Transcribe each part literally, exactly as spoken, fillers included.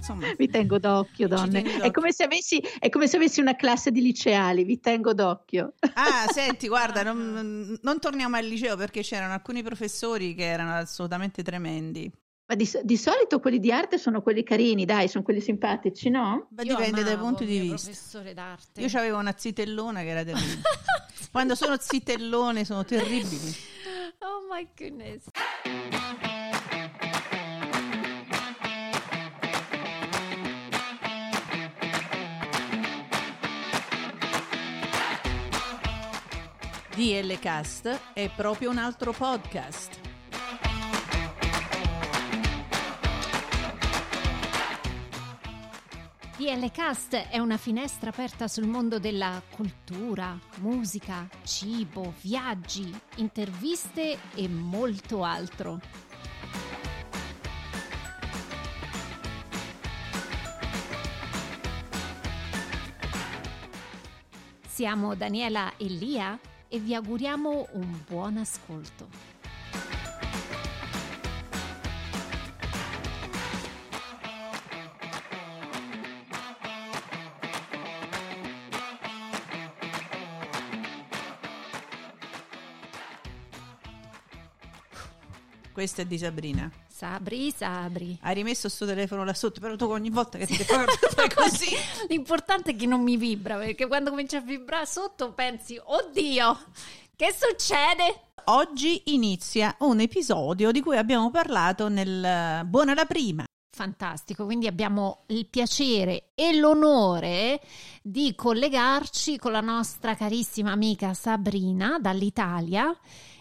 insomma. Vi tengo d'occhio, donne. D'occhio. È come se avessi, è come se avessi una classe di liceali, vi tengo d'occhio. Ah, senti, guarda, non, non torniamo al liceo perché c'erano alcuni professori che erano assolutamente tremendi. Ma di, di solito quelli di arte sono quelli carini, dai, sono quelli simpatici, no? Ma dipende dai punti di vista. Professore d'arte. Io c'avevo una zitellona che era terribile. Quando sono zitellone sono terribili. Oh my goodness. D L Cast è proprio un altro podcast. D L Cast è una finestra aperta sul mondo della cultura, musica, cibo, viaggi, interviste e molto altro. Siamo Daniela e Lia e vi auguriamo un buon ascolto. Questo è di Sabrina. Sabri, Sabri. Hai rimesso sto telefono là sotto, però tu ogni volta che ti fai così. L'importante è che non mi vibra, perché quando comincia a vibrare sotto pensi, oddio, che succede? Oggi inizia un episodio di cui abbiamo parlato nel Buona la Prima. Fantastico, quindi abbiamo il piacere e l'onore di collegarci con la nostra carissima amica Sabrina dall'Italia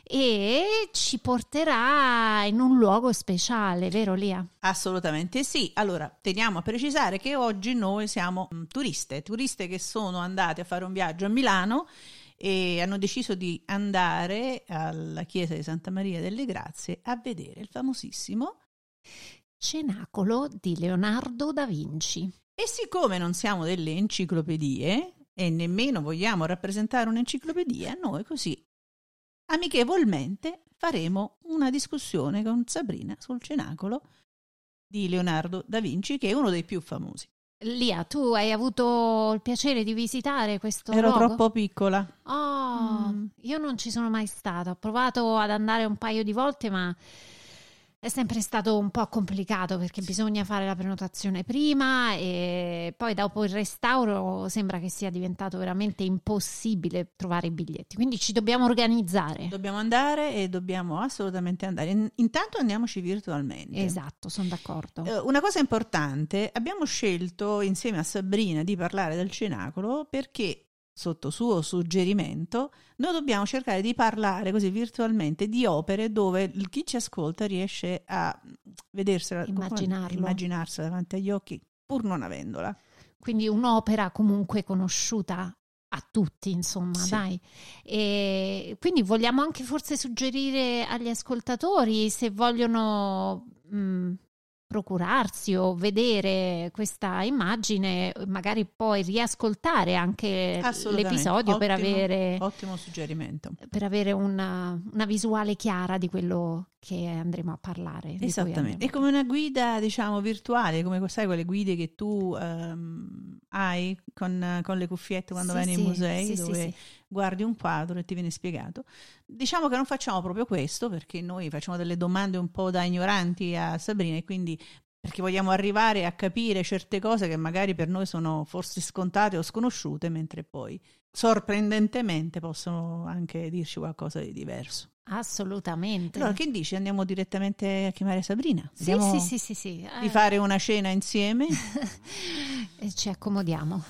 e ci porterà in un luogo speciale, vero Lia? Assolutamente sì. Allora, teniamo a precisare che oggi noi siamo mh, turiste, turiste che sono andate a fare un viaggio a Milano e hanno deciso di andare alla chiesa di Santa Maria delle Grazie a vedere il famosissimo Cenacolo di Leonardo da Vinci. E siccome non siamo delle enciclopedie e nemmeno vogliamo rappresentare un'enciclopedia, noi così amichevolmente faremo una discussione con Sabrina sul Cenacolo di Leonardo da Vinci, che è uno dei più famosi. Lia, tu hai avuto il piacere di visitare questo Ero luogo? troppo piccola. Oh, mm. Io non ci sono mai stata. Ho provato ad andare un paio di volte, ma è sempre stato un po' complicato perché bisogna fare la prenotazione prima e poi dopo il restauro sembra che sia diventato veramente impossibile trovare i biglietti. Quindi ci dobbiamo organizzare. Dobbiamo andare e dobbiamo assolutamente andare. Intanto andiamoci virtualmente. Esatto, sono d'accordo. Eh, una cosa importante, abbiamo scelto insieme a Sabrina di parlare del Cenacolo perché sotto suo suggerimento noi dobbiamo cercare di parlare così virtualmente di opere dove chi ci ascolta riesce a vedersela, immaginarlo, immaginarsela davanti agli occhi pur non avendola. Quindi un'opera comunque conosciuta a tutti, insomma, sì. Dai. E quindi vogliamo anche forse suggerire agli ascoltatori se vogliono mh, procurarsi o vedere questa immagine, magari poi riascoltare anche l'episodio. Ottimo, per avere ottimo suggerimento, per avere una, una visuale chiara di quello che andremo a parlare. Esattamente, è come una guida, diciamo, virtuale, come sai quelle guide che tu um, hai con, con le cuffiette quando sì, vai nei sì, musei, sì, dove sì, sì. guardi un quadro e ti viene spiegato. Diciamo che non facciamo proprio questo perché noi facciamo delle domande un po' da ignoranti a Sabrina e quindi perché vogliamo arrivare a capire certe cose che magari per noi sono forse scontate o sconosciute, mentre poi sorprendentemente possono anche dirci qualcosa di diverso. Assolutamente. Allora, che dici? Andiamo direttamente a chiamare Sabrina? Sì, sì, sì, sì, sì. Di fare una cena insieme e ci accomodiamo.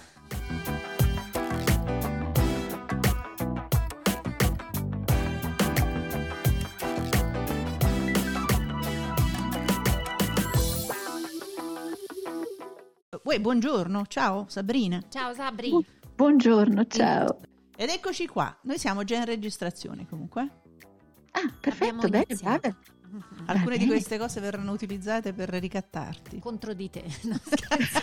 Uè, buongiorno, ciao Sabrina. Ciao Sabri. Bu- buongiorno, ciao. Ed eccoci qua, noi siamo già in registrazione comunque. Ah, perfetto, bene, guarda. Alcune di queste cose verranno utilizzate per ricattarti. Contro di te, no, scherzo.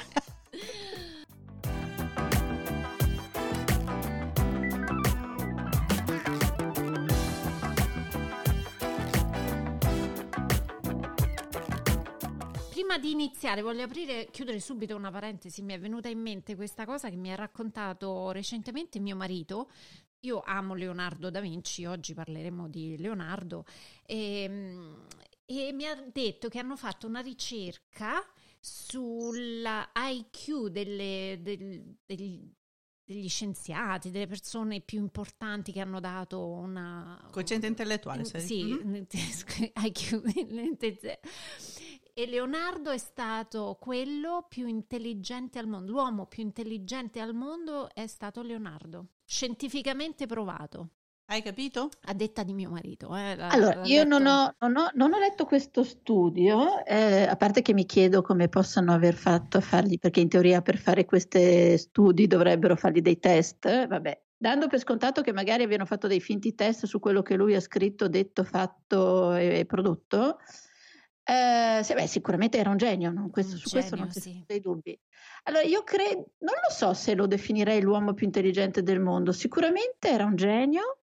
prima di iniziare voglio aprire, chiudere subito una parentesi. Mi è venuta in mente questa cosa che mi ha raccontato recentemente mio marito. Io amo Leonardo da Vinci, oggi parleremo di Leonardo, e, e mi ha detto che hanno fatto una ricerca sulla I Q delle, del, degli, degli scienziati, delle persone più importanti che hanno dato una... Quoziente intellettuale, sei? Sì, mm-hmm. I Q. E Leonardo è stato quello più intelligente al mondo, l'uomo più intelligente al mondo è stato Leonardo, scientificamente provato. Hai capito? A detta di mio marito. Eh, l'ha, allora, l'ha io letto... non, ho, non, ho, non ho letto questo studio, eh, a parte che mi chiedo come possano aver fatto a fargli, perché in teoria per fare questi studi dovrebbero fargli dei test, vabbè, dando per scontato che magari abbiano fatto dei finti test su quello che lui ha scritto, detto, fatto e, e prodotto. Eh, sì, beh, sicuramente era un genio, no? Questo, un su genio, questo non ci sì. sono dei dubbi. Allora, io credo, non lo so se lo definirei l'uomo più intelligente del mondo, sicuramente era un genio,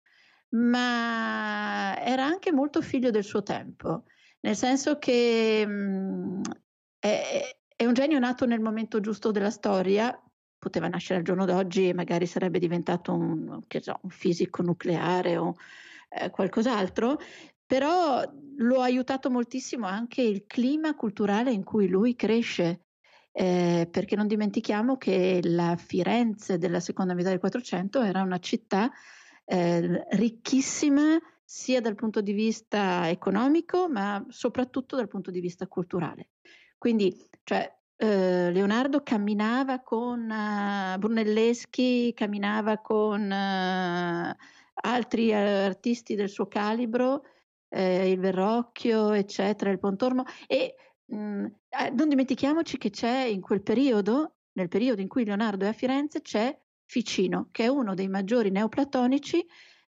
ma era anche molto figlio del suo tempo, nel senso che mh, è, è un genio nato nel momento giusto della storia, poteva nascere al giorno d'oggi e magari sarebbe diventato un, che so, un fisico nucleare o eh, qualcos'altro, però lo ha aiutato moltissimo anche il clima culturale in cui lui cresce, eh, perché non dimentichiamo che la Firenze della seconda metà del Quattrocento era una città eh, ricchissima sia dal punto di vista economico, ma soprattutto dal punto di vista culturale. Quindi, cioè, eh, Leonardo camminava con uh, Brunelleschi, camminava con uh, altri uh, artisti del suo calibro, eh, il Verrocchio, eccetera, il Pontormo, e mh, eh, non dimentichiamoci che c'è in quel periodo, nel periodo in cui Leonardo è a Firenze, c'è Ficino, che è uno dei maggiori neoplatonici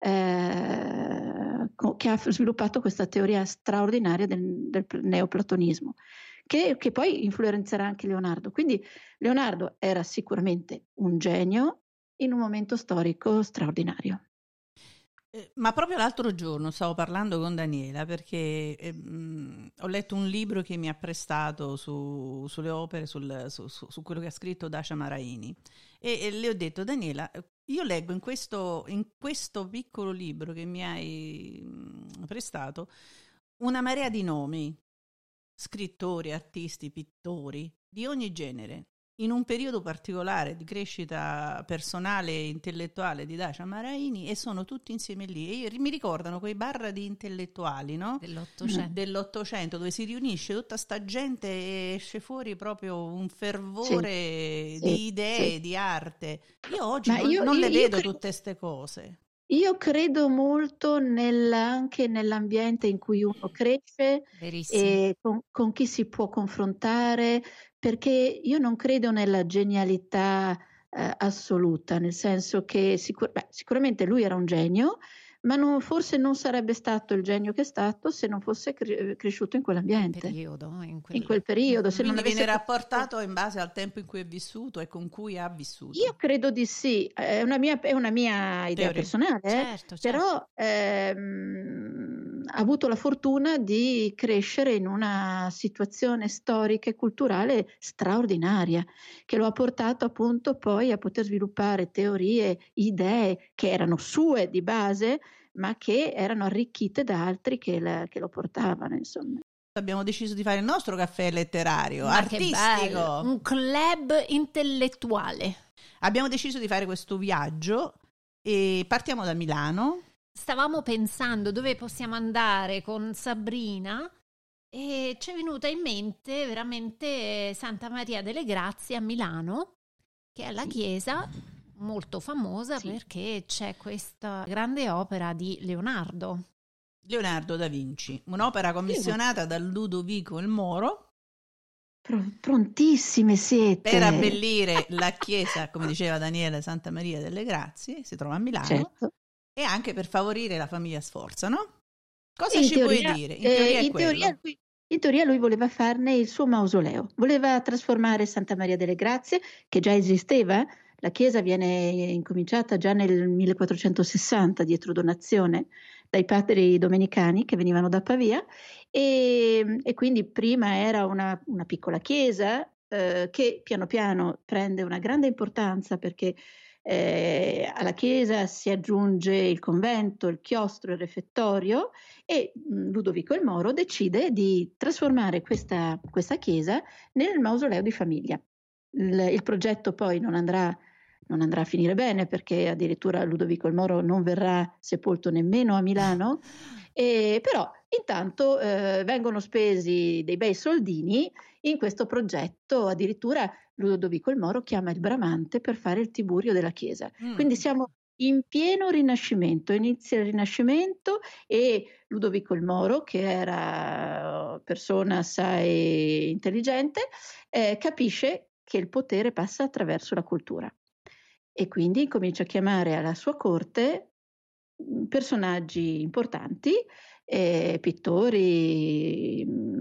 eh, che ha sviluppato questa teoria straordinaria del, del neoplatonismo, che, che poi influenzerà anche Leonardo. Quindi Leonardo era sicuramente un genio in un momento storico straordinario. Eh, ma proprio l'altro giorno stavo parlando con Daniela perché eh, mh, ho letto un libro che mi ha prestato su, sulle opere, sul, su, su, su quello che ha scritto Dacia Maraini e, e le ho detto: Daniela, io leggo in questo, in questo piccolo libro che mi hai mh, prestato una marea di nomi, scrittori, artisti, pittori di ogni genere, in un periodo particolare di crescita personale e intellettuale di Dacia Maraini, e sono tutti insieme lì. E io, mi ricordano quei bar di intellettuali, no? Dell'Ottocento. Dell'Ottocento, dove si riunisce tutta sta gente e esce fuori proprio un fervore sì, di sì, idee, sì. di arte. Io oggi non, io, non io, le vedo credo, tutte queste cose. Io credo molto nel, anche nell'ambiente in cui uno cresce e con, con chi si può confrontare, perché io non credo nella genialità eh, assoluta, nel senso che sicur- beh, sicuramente lui era un genio, ma non, forse non sarebbe stato il genio che è stato se non fosse cre- cresciuto in quell'ambiente. Quel periodo, in, quel... in quel periodo. Se Quindi non avesse viene rapportato in base al tempo in cui è vissuto e con cui ha vissuto. Io credo di sì, è una mia, è una mia idea Teoria. personale, eh? certo, certo. Però ehm, ha avuto la fortuna di crescere in una situazione storica e culturale straordinaria, che lo ha portato appunto poi a poter sviluppare teorie, idee che erano sue di base, ma che erano arricchite da altri che, la, che lo portavano, insomma. Abbiamo deciso di fare il nostro caffè letterario, Ma artistico. Che bello, un club intellettuale. Abbiamo deciso di fare questo viaggio e partiamo da Milano. Stavamo pensando dove possiamo andare con Sabrina e ci è venuta in mente veramente Santa Maria delle Grazie a Milano, che è la Sì. chiesa molto famosa Sì. perché c'è questa grande opera di Leonardo. Leonardo da Vinci, un'opera commissionata da Ludovico il Moro. Prontissime siete. Per abbellire la chiesa, come diceva Daniele, Santa Maria delle Grazie, si trova a Milano, certo. E anche per favorire la famiglia Sforza, no? Cosa in ci teoria, puoi dire? In teoria, eh, è in, teoria lui, in teoria lui voleva farne il suo mausoleo, voleva trasformare Santa Maria delle Grazie, che già esisteva. La chiesa viene incominciata già nel millequattrocentosessanta dietro donazione dai padri domenicani che venivano da Pavia, e, e quindi prima era una, una piccola chiesa eh, che piano piano prende una grande importanza, perché eh, alla chiesa si aggiunge il convento, il chiostro, il refettorio, e mh, Ludovico il Moro decide di trasformare questa, questa chiesa nel mausoleo di famiglia. Il, il progetto poi non andrà, non andrà a finire bene, perché addirittura Ludovico il Moro non verrà sepolto nemmeno a Milano, e, però intanto eh, vengono spesi dei bei soldini in questo progetto. Addirittura Ludovico il Moro chiama il Bramante per fare il tiburio della chiesa. Mm. Quindi siamo in pieno Rinascimento, inizia il Rinascimento, e Ludovico il Moro, che era persona assai intelligente, eh, capisce che il potere passa attraverso la cultura, e quindi comincia a chiamare alla sua corte personaggi importanti, eh, pittori,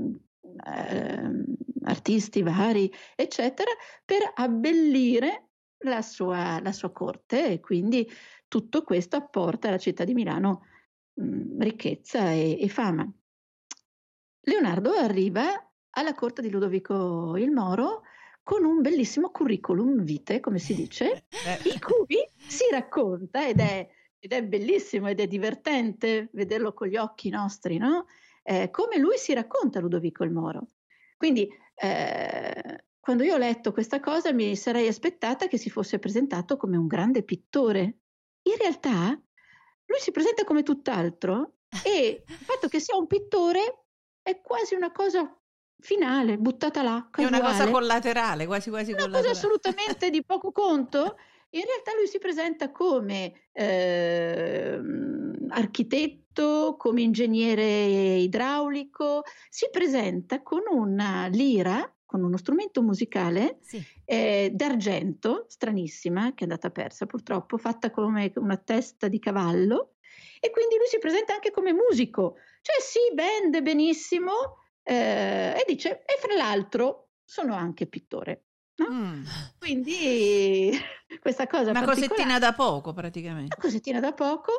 eh, artisti vari, eccetera, per abbellire la sua, la sua corte, e quindi tutto questo apporta alla città di Milano mh, ricchezza e, e fama. Leonardo arriva alla corte di Ludovico il Moro con un bellissimo curriculum vitae, come si dice, in cui si racconta, ed è, ed è bellissimo ed è divertente vederlo con gli occhi nostri, no? Eh, come lui si racconta Ludovico il Moro. Quindi eh, quando io ho letto questa cosa mi sarei aspettata che si fosse presentato come un grande pittore. In realtà lui si presenta come tutt'altro, e il fatto che sia un pittore è quasi una cosa finale, buttata là, casuale. È una cosa collaterale, quasi quasi una collaterale. cosa assolutamente di poco conto. In realtà lui si presenta come eh, architetto, come ingegnere idraulico, si presenta con una lira, con uno strumento musicale, sì. eh, d'argento, stranissima, che è andata persa purtroppo, fatta come una testa di cavallo, e quindi lui si presenta anche come musico, cioè si vende benissimo, eh, e dice, e fra l'altro sono anche pittore. No? Mm. Quindi questa cosa una cosettina da poco, praticamente una cosettina da poco.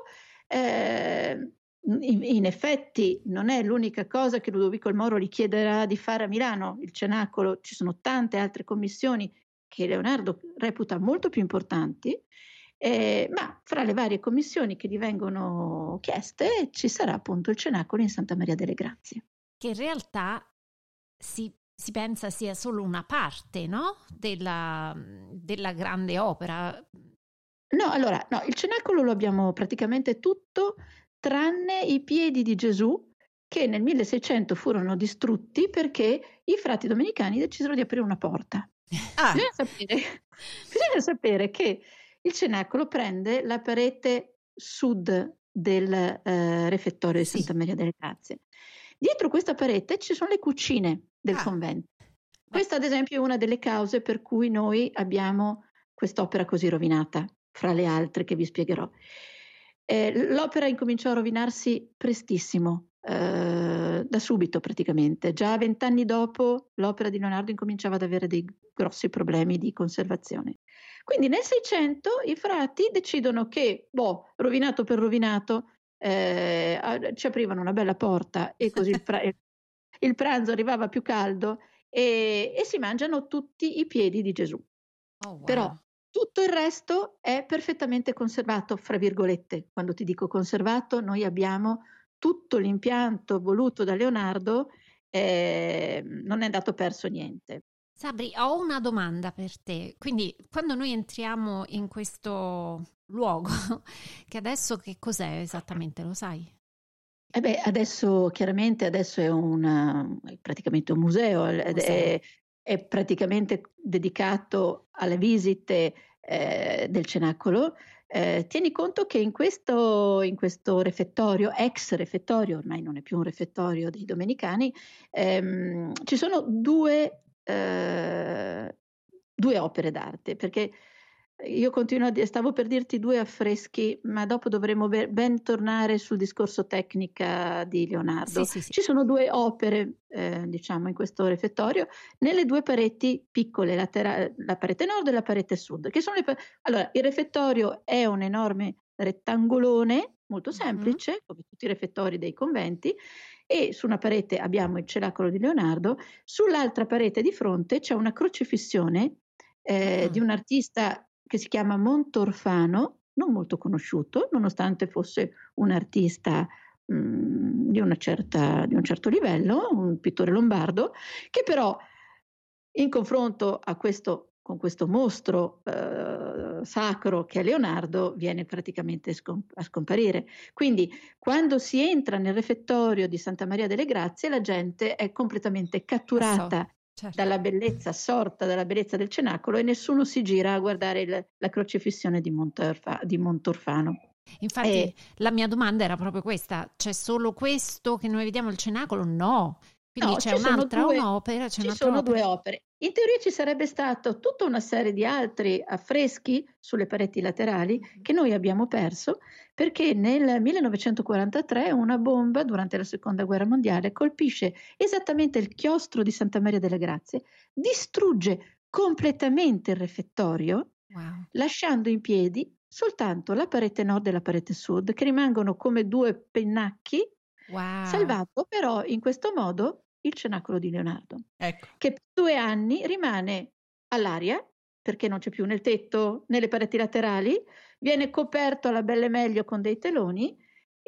eh, in, in effetti non è l'unica cosa che Ludovico il Moro gli chiederà di fare a Milano, il cenacolo. Ci sono tante altre commissioni che Leonardo reputa molto più importanti, eh, ma fra le varie commissioni che gli vengono chieste ci sarà appunto il cenacolo in Santa Maria delle Grazie, che in realtà si si pensa sia solo una parte, no? Della, della grande opera. No, allora, no, il cenacolo lo abbiamo praticamente tutto, tranne i piedi di Gesù, che nel milleseicento furono distrutti perché i frati domenicani decisero di aprire una porta. Ah. Bisogna sapere, bisogna sapere che il cenacolo prende la parete sud del eh, refettorio di Santa Maria delle Grazie. Dietro questa parete ci sono le cucine del ah. convento. Questa ad esempio è una delle cause per cui noi abbiamo quest'opera così rovinata, fra le altre che vi spiegherò. Eh, l'opera incominciò a rovinarsi prestissimo, eh, da subito praticamente. Già vent'anni dopo l'opera di Leonardo incominciava ad avere dei grossi problemi di conservazione. Quindi nel Seicento i frati decidono che, boh, rovinato per rovinato, eh, ci aprivano una bella porta, e così il, pra- il pranzo arrivava più caldo, e, e si mangiano tutti i piedi di Gesù. Oh, wow. Però tutto il resto è perfettamente conservato, fra virgolette. Quando ti dico conservato, noi abbiamo tutto l'impianto voluto da Leonardo, eh, non è andato perso niente. Sabri, ho una domanda per te. Quindi quando noi entriamo in questo luogo, che adesso che cos'è esattamente, lo sai? Eh beh, adesso chiaramente adesso è, una, è praticamente un museo, museo. È, è praticamente dedicato alle visite eh, del cenacolo. Eh, tieni conto che in questo, in questo refettorio, ex refettorio, ormai non è più un refettorio dei domenicani, ehm, ci sono due, eh, due opere d'arte, perché io continuo a dire, stavo per dirti due affreschi, ma dopo dovremo ben tornare sul discorso tecnica di Leonardo. Sì, sì, sì. Ci sono due opere, eh, diciamo, in questo refettorio, nelle due pareti piccole, latera- la parete nord e la parete sud, che sono le pa- allora, il refettorio è un enorme rettangolone, molto semplice, mm-hmm. come tutti i refettori dei conventi, e su una parete abbiamo il Cenacolo di Leonardo, sull'altra parete di fronte c'è una crocifissione eh, mm. di un artista che si chiama Montorfano, non molto conosciuto, nonostante fosse un artista mh, di, una certa, di un certo livello, un pittore lombardo, che però in confronto a questo, con questo mostro eh, sacro che è Leonardo, viene praticamente scomp- a scomparire. Quindi quando si entra nel refettorio di Santa Maria delle Grazie, la gente è completamente catturata so, certo. dalla bellezza, assorta dalla bellezza del cenacolo, e nessuno si gira a guardare il, la crocifissione di, Montorfa- di Montorfano. Infatti e, la mia domanda era proprio questa: c'è solo questo che noi vediamo il cenacolo? No. Quindi no, c'è un'altra due, un'opera? C'è ci un'altra sono opera. due opere. In teoria ci sarebbe stata tutta una serie di altri affreschi sulle pareti laterali che noi abbiamo perso perché nel millenovecentoquarantatré una bomba durante la seconda guerra mondiale colpisce esattamente il chiostro di Santa Maria delle Grazie, distrugge completamente il refettorio, wow. lasciando in piedi soltanto la parete nord e la parete sud, che rimangono come due pennacchi, wow. salvato però in questo modo il Cenacolo di Leonardo, ecco. che per due anni rimane all'aria, perché non c'è più nel tetto, nelle pareti laterali, viene coperto alla belle meglio con dei teloni,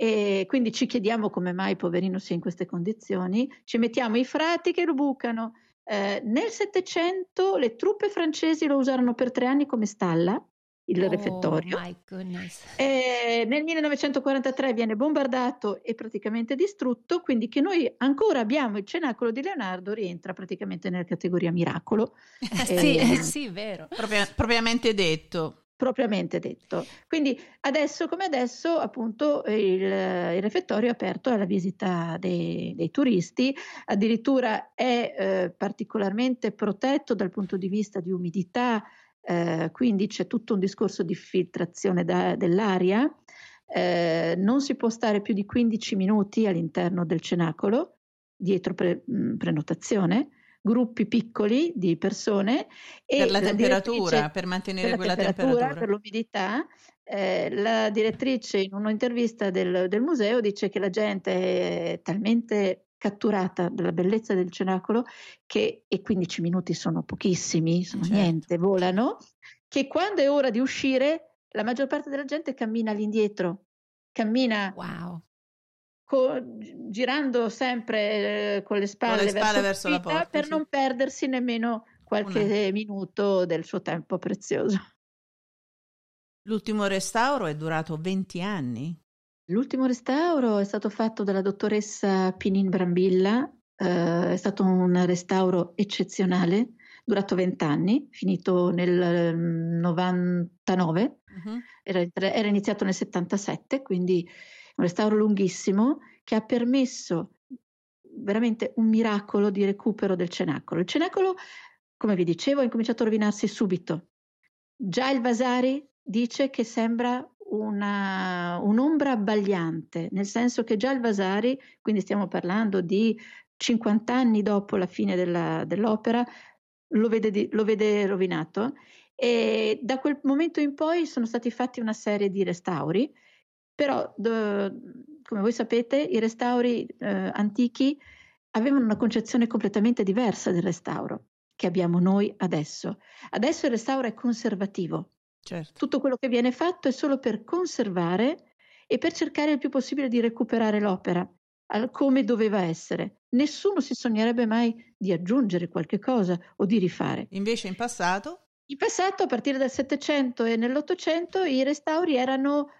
e quindi ci chiediamo come mai poverino sia in queste condizioni. Ci mettiamo i frati che lo bucano. Eh, nel Settecento le truppe francesi lo usarono per tre anni come stalla, il oh, refettorio. My goodness. E nel millenovecentoquarantatré viene bombardato e praticamente distrutto, quindi che noi ancora abbiamo il Cenacolo di Leonardo rientra praticamente nella categoria miracolo. sì, eh, sì, vero. Propria, propriamente detto. Propriamente detto. Quindi adesso come adesso appunto il, il refettorio è aperto alla visita dei, dei turisti, addirittura è eh, particolarmente protetto dal punto di vista di umidità, eh, quindi c'è tutto un discorso di filtrazione da, dell'aria, eh, non si può stare più di quindici minuti all'interno del cenacolo dietro pre, mh, prenotazione, gruppi piccoli di persone e per la, la temperatura, per mantenere per quella temperatura, temperatura per l'umidità. Eh, la direttrice in un'intervista del, del museo dice che la gente è talmente catturata dalla bellezza del cenacolo che, e quindici minuti sono pochissimi, sono certo. niente, volano, che quando è ora di uscire la maggior parte della gente cammina all'indietro, cammina wow. co- girando sempre eh, con le spalle, con le spalle verso, verso la porta per sì. non perdersi nemmeno qualche Una. minuto del suo tempo prezioso. L'ultimo restauro è durato venti anni? L'ultimo restauro è stato fatto dalla dottoressa Pinin Brambilla, eh, è stato un restauro eccezionale, durato venti anni, finito nel novantanove, uh-huh. era, era iniziato nel settantasette, quindi un restauro lunghissimo che ha permesso veramente un miracolo di recupero del cenacolo. Il cenacolo, come vi dicevo, ha incominciato a rovinarsi subito. Già il Vasari dice che sembra una, un'ombra abbagliante, nel senso che già il Vasari, quindi stiamo parlando di cinquanta anni dopo la fine della, dell'opera, lo vede, di, lo vede rovinato, e da quel momento in poi sono stati fatti una serie di restauri, però do, come voi sapete i restauri eh, antichi avevano una concezione completamente diversa del restauro che abbiamo noi adesso. Adesso il restauro è conservativo. Certo. Tutto quello che viene fatto è solo per conservare e per cercare il più possibile di recuperare l'opera come doveva essere. Nessuno si sognerebbe mai di aggiungere qualche cosa o di rifare. Invece in passato? In passato, a partire dal Settecento e nell'Ottocento, i restauri erano...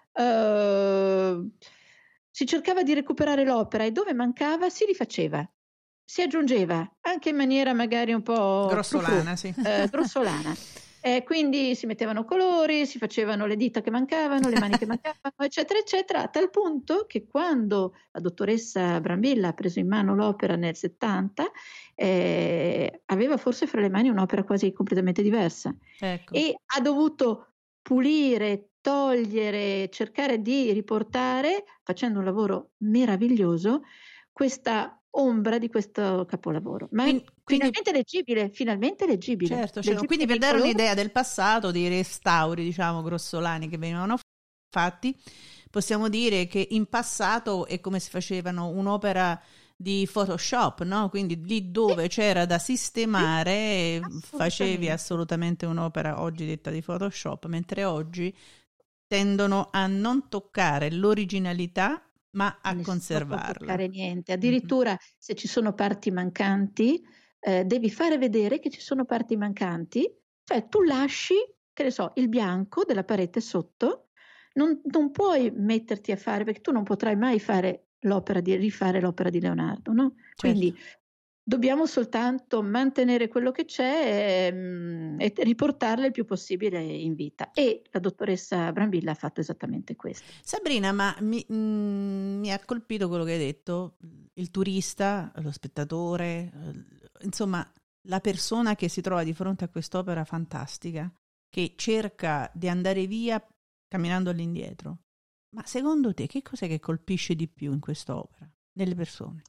Uh, si cercava di recuperare l'opera e dove mancava si rifaceva. Si aggiungeva anche in maniera magari un po' grossolana, sì. eh, grossolana. Eh, quindi si mettevano colori, si facevano le dita che mancavano, le mani che mancavano, eccetera, eccetera, a tal punto che quando la dottoressa Brambilla ha preso in mano l'opera nel settanta, eh, aveva forse fra le mani un'opera quasi completamente diversa. Ecco. E ha dovuto pulire, togliere, cercare di riportare, facendo un lavoro meraviglioso, questa ombra di questo capolavoro, ma quindi, finalmente quindi, leggibile, finalmente leggibile. Certo, leggibile quindi per dare colore. Un'idea del passato, dei restauri, diciamo, grossolani che venivano fatti, possiamo dire che in passato è come se facevano un'opera di Photoshop, no? Quindi lì dove sì. c'era da sistemare sì, facevi assolutamente un'opera oggi detta di Photoshop, mentre oggi tendono a non toccare l'originalità ma a non conservarla. Non toccare niente, addirittura mm-hmm. se ci sono parti mancanti eh, devi fare vedere che ci sono parti mancanti, cioè tu lasci, che ne so, il bianco della parete sotto, non, non puoi metterti a fare, perché tu non potrai mai fare l'opera di rifare l'opera di Leonardo, no? Certo. Quindi dobbiamo soltanto mantenere quello che c'è e, e riportarla il più possibile in vita. E la dottoressa Brambilla ha fatto esattamente questo. Sabrina, ma mi, mh, mi ha colpito quello che hai detto, il turista, lo spettatore, insomma la persona che si trova di fronte a quest'opera fantastica, che cerca di andare via camminando all'indietro. Ma secondo te che cos'è che colpisce di più in quest'opera, nelle persone?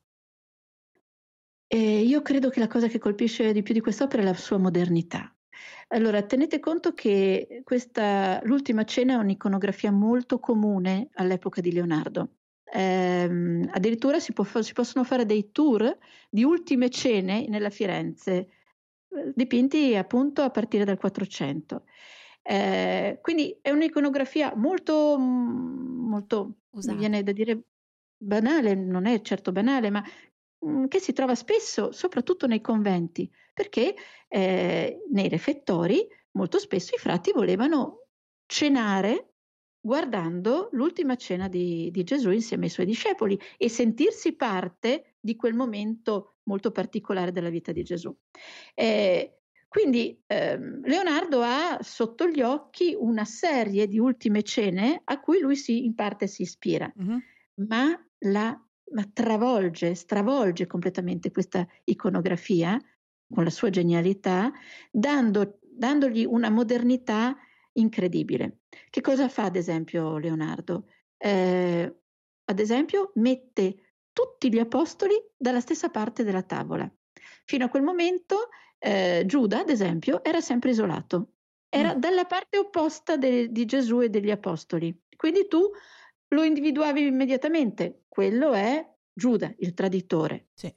Eh, io credo che la cosa che colpisce di più di quest'opera è la sua modernità. Allora, tenete conto che questa, l'Ultima Cena è un'iconografia molto comune all'epoca di Leonardo. Eh, addirittura si, può, si possono fare dei tour di ultime cene nella Firenze, dipinti appunto a partire dal quattrocento. Eh, quindi è un'iconografia molto, molto, mi viene da dire banale, non è certo banale, ma che si trova spesso, soprattutto nei conventi, perché eh, nei refettori molto spesso i frati volevano cenare guardando l'ultima cena di, di Gesù insieme ai suoi discepoli e sentirsi parte di quel momento molto particolare della vita di Gesù. Eh, quindi eh, Leonardo ha sotto gli occhi una serie di ultime cene a cui lui si, in parte si ispira, mm-hmm. ma la ma travolge, stravolge completamente questa iconografia con la sua genialità, dando, dandogli una modernità incredibile. Che cosa fa ad esempio Leonardo? Eh, ad esempio mette tutti gli apostoli dalla stessa parte della tavola. Fino a quel momento eh, Giuda, ad esempio, era sempre isolato, era mm. dalla parte opposta de, di Gesù e degli apostoli. Quindi tu lo individuavi immediatamente, quello è Giuda, il traditore. Sì.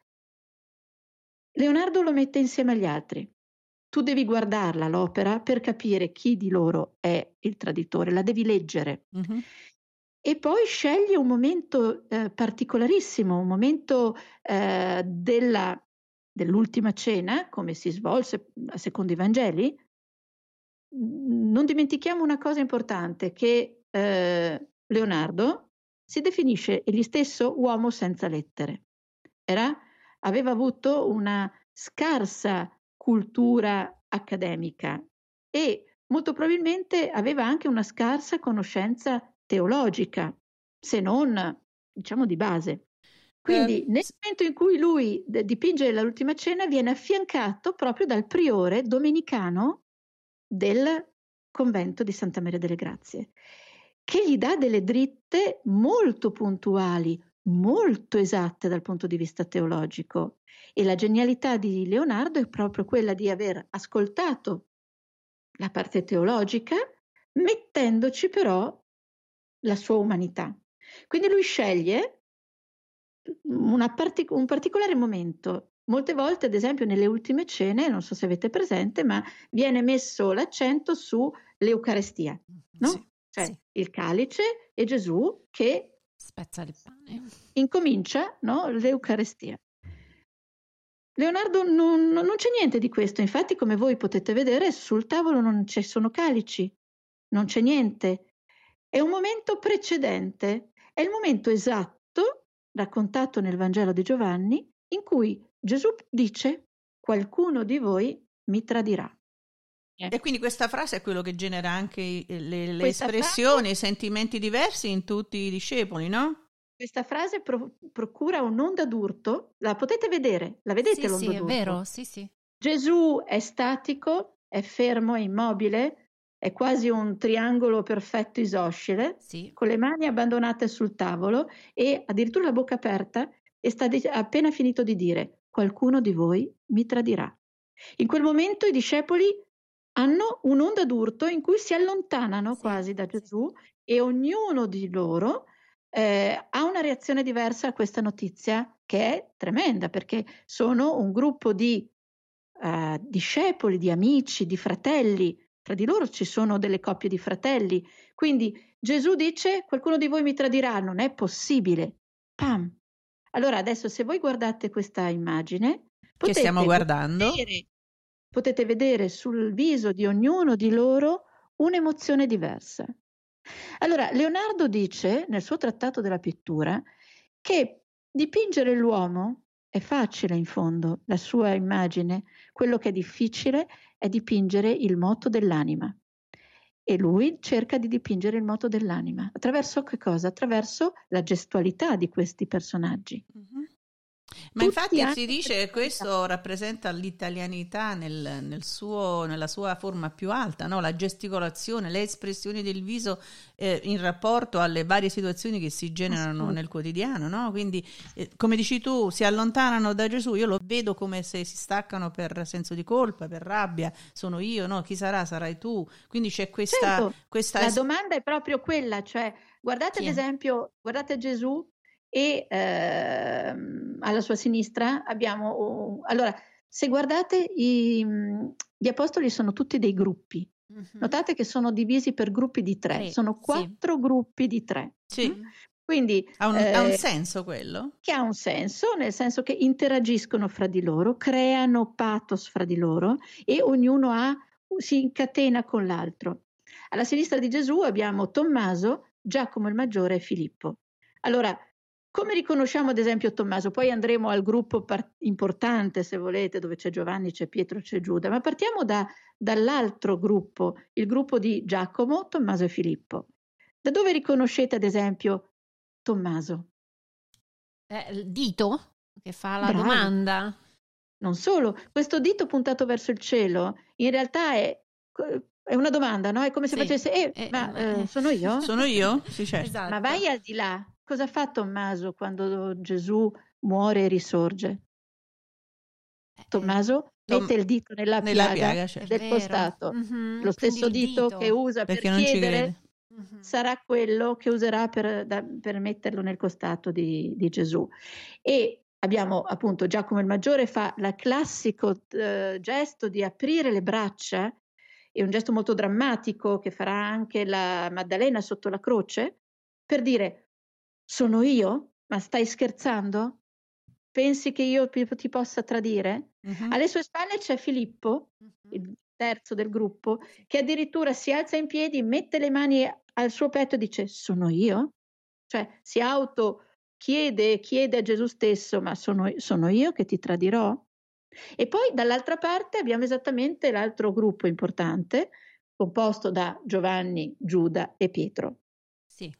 Leonardo lo mette insieme agli altri. Tu devi guardarla l'opera per capire chi di loro è il traditore, la devi leggere. Mm-hmm. E poi sceglie un momento eh, particolarissimo, un momento eh, della, dell'ultima cena, come si svolse secondo i Vangeli. Non dimentichiamo una cosa importante, che eh, Leonardo si definisce egli stesso uomo senza lettere. Era, aveva avuto una scarsa cultura accademica e molto probabilmente aveva anche una scarsa conoscenza teologica, se non, diciamo, di base. Quindi eh, nel momento in cui lui dipinge l'Ultima Cena viene affiancato proprio dal priore domenicano del convento di Santa Maria delle Grazie, che gli dà delle dritte molto puntuali, molto esatte dal punto di vista teologico. E la genialità di Leonardo è proprio quella di aver ascoltato la parte teologica, mettendoci però la sua umanità. Quindi lui sceglie una partic- un particolare momento. Molte volte, ad esempio, nelle Ultime Cene, non so se avete presente, ma viene messo l'accento sull'Eucarestia, no? Sì. Cioè sì. il calice e Gesù che spezza il pane. Incomincia, no, l'Eucarestia. Leonardo non, non c'è niente di questo, infatti come voi potete vedere sul tavolo non ci sono calici, non c'è niente. È un momento precedente, è il momento esatto, raccontato nel Vangelo di Giovanni, in cui Gesù dice: qualcuno di voi mi tradirà. E quindi questa frase è quello che genera anche le, le espressioni, i sentimenti diversi in tutti i discepoli, no? Questa frase pro- procura un'onda d'urto, la potete vedere, la vedete sì, l'onda sì, d'urto? È vero, sì, sì. Gesù è statico, è fermo, è immobile, è quasi un triangolo perfetto isoscele, sì. con le mani abbandonate sul tavolo e addirittura la bocca aperta, e sta di- ha appena finito di dire: qualcuno di voi mi tradirà. In quel momento i discepoli hanno un'onda d'urto in cui si allontanano sì, quasi da Gesù, sì. e ognuno di loro eh, ha una reazione diversa a questa notizia che è tremenda, perché sono un gruppo di uh, discepoli, di amici, di fratelli. Tra di loro ci sono delle coppie di fratelli. Quindi Gesù dice: qualcuno di voi mi tradirà. Non è possibile. Pam. Allora adesso, se voi guardate questa immagine, che stiamo guardando, vedere, potete vedere sul viso di ognuno di loro un'emozione diversa. Allora, Leonardo dice nel suo trattato della pittura che dipingere l'uomo è facile in fondo, la sua immagine. Quello che è difficile è dipingere il moto dell'anima. E lui cerca di dipingere il moto dell'anima. Attraverso che cosa? Attraverso la gestualità di questi personaggi. Mm-hmm. Ma Tutti infatti si dice che questo rappresenta l'italianità nel, nel suo, nella sua forma più alta, no? La gesticolazione, le espressioni del viso eh, in rapporto alle varie situazioni che si generano nel quotidiano, no? Quindi, eh, come dici tu, si allontanano da Gesù, io lo vedo come se si staccano per senso di colpa, per rabbia, sono io, no? Chi sarà? Sarai tu. Quindi c'è questa... Certo, questa la es- domanda è proprio quella, cioè guardate ad esempio, guardate Gesù e eh, alla sua sinistra abbiamo, uh, allora se guardate i, gli apostoli sono tutti dei gruppi, mm-hmm. Notate che sono divisi per gruppi di tre, tre sono quattro sì. gruppi di tre. Sì. Mm? Quindi ha un, eh, ha un senso quello? Che ha un senso, nel senso che interagiscono fra di loro, creano pathos fra di loro e ognuno ha, si incatena con l'altro. Alla sinistra di Gesù abbiamo Tommaso, Giacomo il Maggiore e Filippo. Allora, come riconosciamo ad esempio Tommaso? Poi andremo al gruppo part- importante, se volete, dove c'è Giovanni, c'è Pietro, c'è Giuda, ma partiamo da, dall'altro gruppo, il gruppo di Giacomo, Tommaso e Filippo. Da dove riconoscete ad esempio Tommaso? Eh, il dito che fa la Bravo. domanda. Non solo, questo dito puntato verso il cielo in realtà è, è una domanda, no? È come se sì. facesse, eh, eh, ma eh, sono io? Sono io? Sì, certo. Esatto. Ma vai al di là. Cosa fa Tommaso quando Gesù muore e risorge? Tommaso eh, mette il dito nella, nella piaga, piaga certo. del costato, mm-hmm. lo stesso dito, dito che usa perché per chiedere mm-hmm. sarà quello che userà per, da, per metterlo nel costato di, di Gesù. E abbiamo appunto Giacomo il Maggiore fa il classico eh, gesto di aprire le braccia, è un gesto molto drammatico che farà anche la Maddalena sotto la croce, per dire: sono io? Ma stai scherzando? Pensi che io ti possa tradire? Uh-huh. Alle sue spalle c'è Filippo, uh-huh. il terzo del gruppo, che addirittura si alza in piedi, mette le mani al suo petto e dice: sono io? Cioè si auto chiede, chiede a Gesù stesso: ma sono, sono io che ti tradirò? E poi dall'altra parte abbiamo esattamente l'altro gruppo importante, composto da Giovanni, Giuda e Pietro. Sì.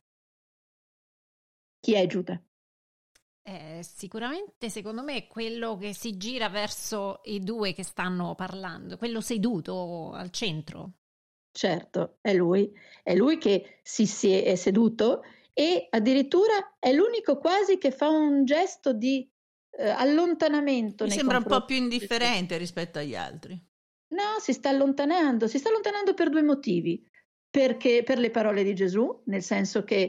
Chi è Giuda? Eh, sicuramente secondo me è quello che si gira verso i due che stanno parlando, quello seduto al centro. Certo, è lui, è lui che si, si è seduto e addirittura è l'unico quasi che fa un gesto di eh, allontanamento. Mi sembra un po' più indifferente rispetto agli altri. No, si sta allontanando, si sta allontanando per due motivi. Perché per le parole di Gesù, nel senso che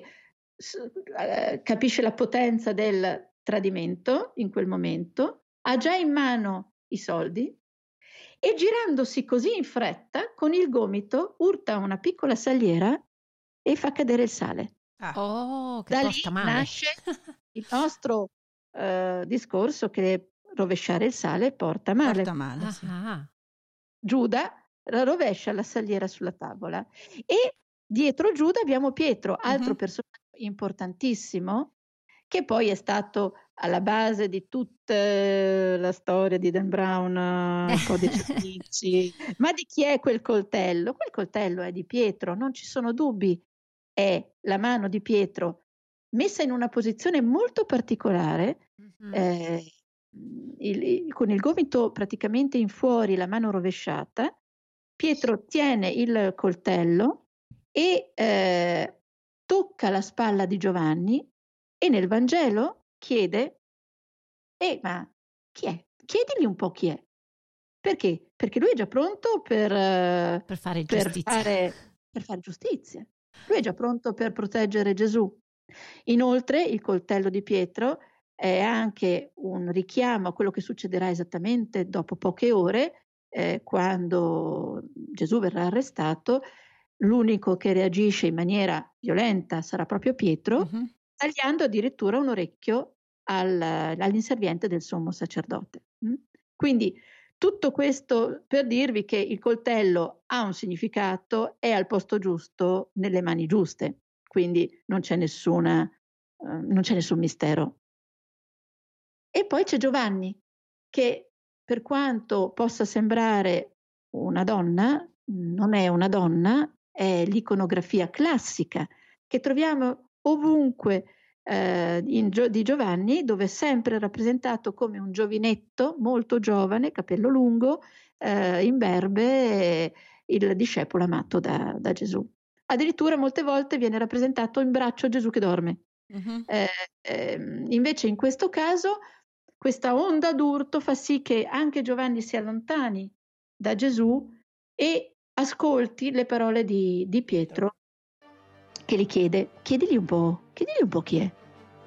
capisce la potenza del tradimento in quel momento, ha già in mano i soldi e girandosi così in fretta con il gomito urta una piccola saliera e fa cadere il sale. Ah. Oh, che da porta lì male. nasce il nostro uh, discorso che rovesciare il sale porta male. Porta male, sì. Giuda rovescia la saliera sulla tavola e dietro Giuda abbiamo Pietro, altro uh-huh. personaggio importantissimo, che poi è stato alla base di tutta la storia di Dan Brown, un po' dei Cicci. Ma di chi è quel coltello? Quel coltello è di Pietro, non ci sono dubbi. È la mano di Pietro messa in una posizione molto particolare, uh-huh. eh, il, il, con il gomito praticamente in fuori, la mano rovesciata. Pietro tiene il coltello e eh, tocca la spalla di Giovanni e nel Vangelo chiede: eh, ma chi è? Chiedigli un po' chi è. Perché? Perché lui è già pronto per, uh, per, fare, per, giustizia. fare, per fare giustizia. Lui è già pronto per proteggere Gesù. Inoltre il coltello di Pietro è anche un richiamo a quello che succederà esattamente dopo poche ore, eh, quando Gesù verrà arrestato. L'unico che reagisce in maniera violenta sarà proprio Pietro, uh-huh. tagliando addirittura un orecchio al, all'inserviente del sommo sacerdote. Mm? Quindi tutto questo per dirvi che il coltello ha un significato, è al posto giusto, nelle mani giuste, quindi non c'è nessuna, uh, non c'è nessun mistero. E poi c'è Giovanni, che per quanto possa sembrare una donna, non è una donna, è l'iconografia classica che troviamo ovunque eh, in, di Giovanni, dove è sempre rappresentato come un giovinetto molto giovane, capello lungo, eh, imberbe, eh, il discepolo amato da, da Gesù. Addirittura molte volte viene rappresentato in braccio Gesù che dorme. Uh-huh. Eh, eh, invece in questo caso questa onda d'urto fa sì che anche Giovanni si allontani da Gesù e ascolti le parole di, di Pietro, che gli chiede, chiedigli un po', chiedigli un po' chi è.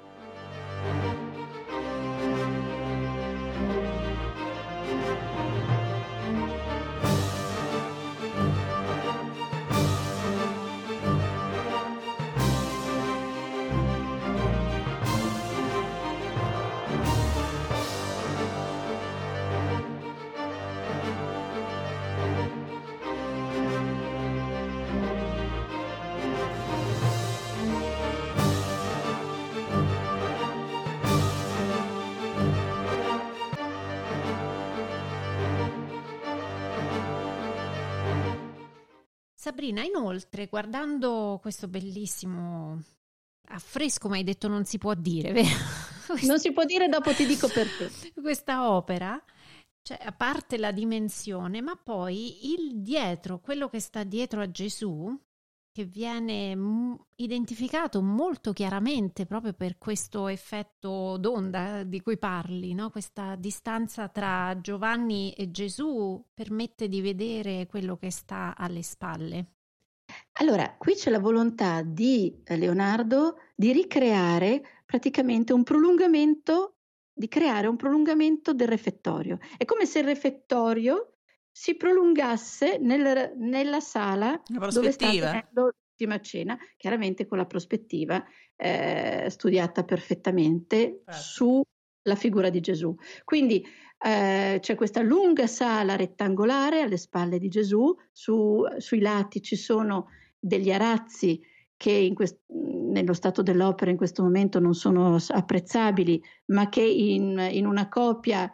Sabrina, inoltre, guardando questo bellissimo affresco, mi hai detto non si può dire, vero? Non si può dire, dopo ti dico perché. Questa opera, cioè, a parte la dimensione, ma poi il dietro, quello che sta dietro a Gesù, che viene m- identificato molto chiaramente proprio per questo effetto d'onda di cui parli, no? Questa distanza tra Giovanni e Gesù permette di vedere quello che sta alle spalle. Allora, qui c'è la volontà di Leonardo di ricreare praticamente un prolungamento, di creare un prolungamento del refettorio. È come se il refettorio si prolungasse nel, nella sala dove sta avvenendo l'ultima cena, chiaramente con la prospettiva eh, studiata perfettamente certo. sulla figura di Gesù. Quindi eh, c'è questa lunga sala rettangolare alle spalle di Gesù, su, sui lati ci sono degli arazzi che in quest- nello stato dell'opera in questo momento non sono apprezzabili, ma che in, in una copia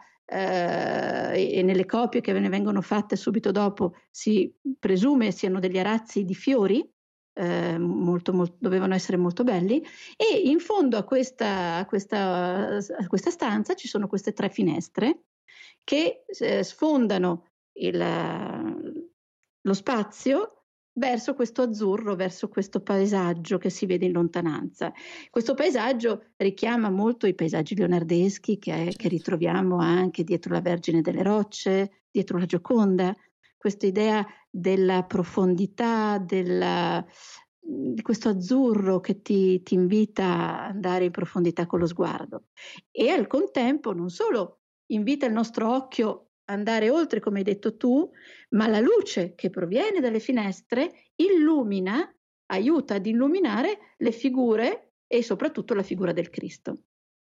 eh, e nelle copie che ve ne vengono fatte subito dopo si presume siano degli arazzi di fiori, eh, molto, molto, dovevano essere molto belli, e in fondo a questa, a questa, a questa stanza ci sono queste tre finestre che eh, sfondano il, lo spazio verso questo azzurro, verso questo paesaggio che si vede in lontananza. Questo paesaggio richiama molto i paesaggi leonardeschi che, certo. che ritroviamo anche dietro la Vergine delle Rocce, dietro la Gioconda, questa idea della profondità, della, di questo azzurro che ti, ti invita ad andare in profondità con lo sguardo. E al contempo non solo invita il nostro occhio andare oltre, come hai detto tu, ma la luce che proviene dalle finestre illumina, aiuta ad illuminare le figure e soprattutto la figura del Cristo.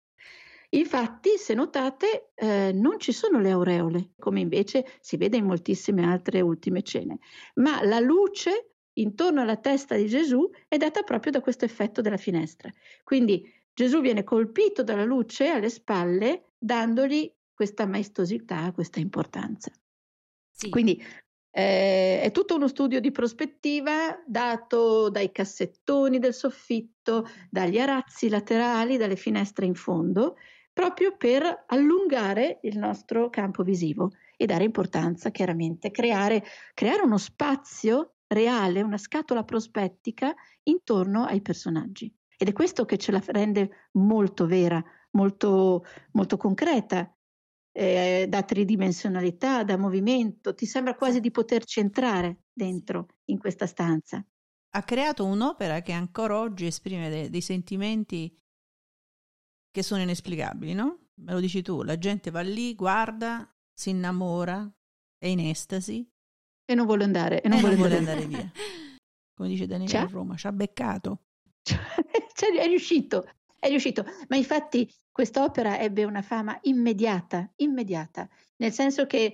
Infatti, se notate, eh, non ci sono le aureole, come invece si vede in moltissime altre ultime cene, ma la luce intorno alla testa di Gesù è data proprio da questo effetto della finestra. Quindi Gesù viene colpito dalla luce alle spalle, dandogli questa maestosità, questa importanza. Sì. Quindi eh, è tutto uno studio di prospettiva dato dai cassettoni del soffitto, dagli arazzi laterali, dalle finestre in fondo, proprio per allungare il nostro campo visivo e dare importanza, chiaramente, creare, creare uno spazio reale, una scatola prospettica intorno ai personaggi. Ed è questo che ce la rende molto vera, molto, molto concreta. Eh, da tridimensionalità, da movimento, ti sembra quasi di poterci entrare dentro in questa stanza. Ha creato un'opera che ancora oggi esprime de- dei sentimenti che sono inesplicabili, no? Me lo dici tu, la gente va lì, guarda, si innamora, è in estasi e non vuole andare, e non, e vuole, non vuole andare. andare via. Come dice Daniele a Roma, ci ha beccato. Cioè, è riuscito, è riuscito. Ma infatti quest'opera ebbe una fama immediata, immediata, nel senso che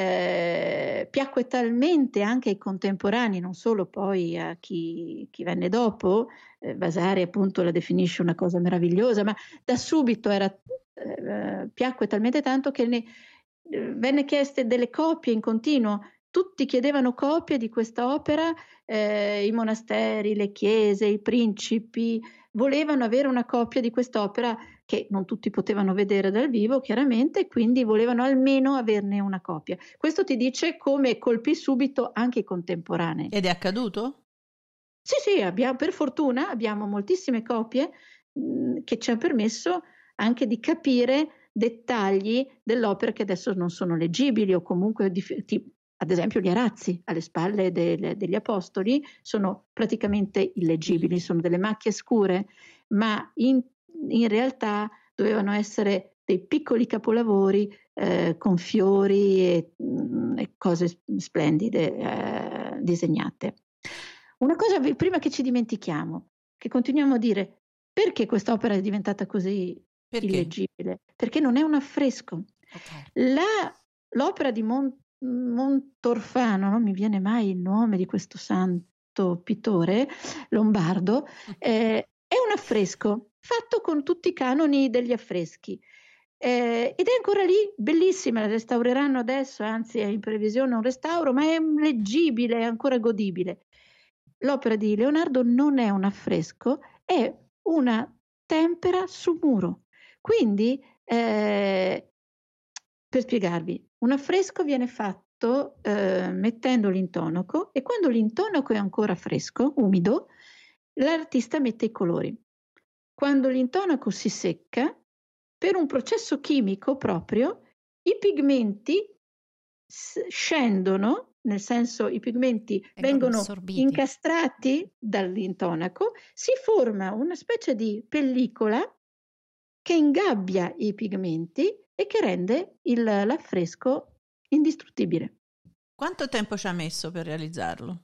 eh, piacque talmente anche ai contemporanei, non solo poi a chi, chi venne dopo. eh, Vasari appunto la definisce una cosa meravigliosa, ma da subito era, eh, piacque talmente tanto che ne, eh, venne chieste delle copie in continuo. Tutti chiedevano copie di questa opera, eh, i monasteri, le chiese, i principi volevano avere una copia di quest'opera che non tutti potevano vedere dal vivo, chiaramente, quindi volevano almeno averne una copia. Questo ti dice come colpì subito anche i contemporanei. Ed è accaduto? Sì, sì, abbiamo, per fortuna abbiamo moltissime copie mh, che ci hanno permesso anche di capire dettagli dell'opera che adesso non sono leggibili o comunque di, ti, ad esempio gli arazzi alle spalle del, degli apostoli sono praticamente illeggibili, sono delle macchie scure, ma in, in realtà dovevano essere dei piccoli capolavori eh, con fiori e, mh, e cose splendide eh, disegnate. Una cosa prima che ci dimentichiamo, che continuiamo a dire, perché quest'opera è diventata così perché? illeggibile? Perché non è un affresco. Okay. La, l'opera di Mon, Montorfano, non mi viene mai il nome di questo santo pittore lombardo, eh, è un affresco fatto con tutti i canoni degli affreschi. Eh, ed è ancora lì, bellissima, la restaureranno adesso, anzi è in previsione un restauro, ma è leggibile, è ancora godibile. L'opera di Leonardo non è un affresco, è una tempera su muro. Quindi, eh, per spiegarvi, un affresco viene fatto eh, mettendo l'intonaco e quando l'intonaco è ancora fresco, umido, l'artista mette i colori. Quando l'intonaco si secca, per un processo chimico proprio, i pigmenti scendono, nel senso i pigmenti vengono, vengono incastrati dall'intonaco, si forma una specie di pellicola che ingabbia i pigmenti e che rende il, l'affresco indistruttibile. Quanto tempo ci ha messo per realizzarlo?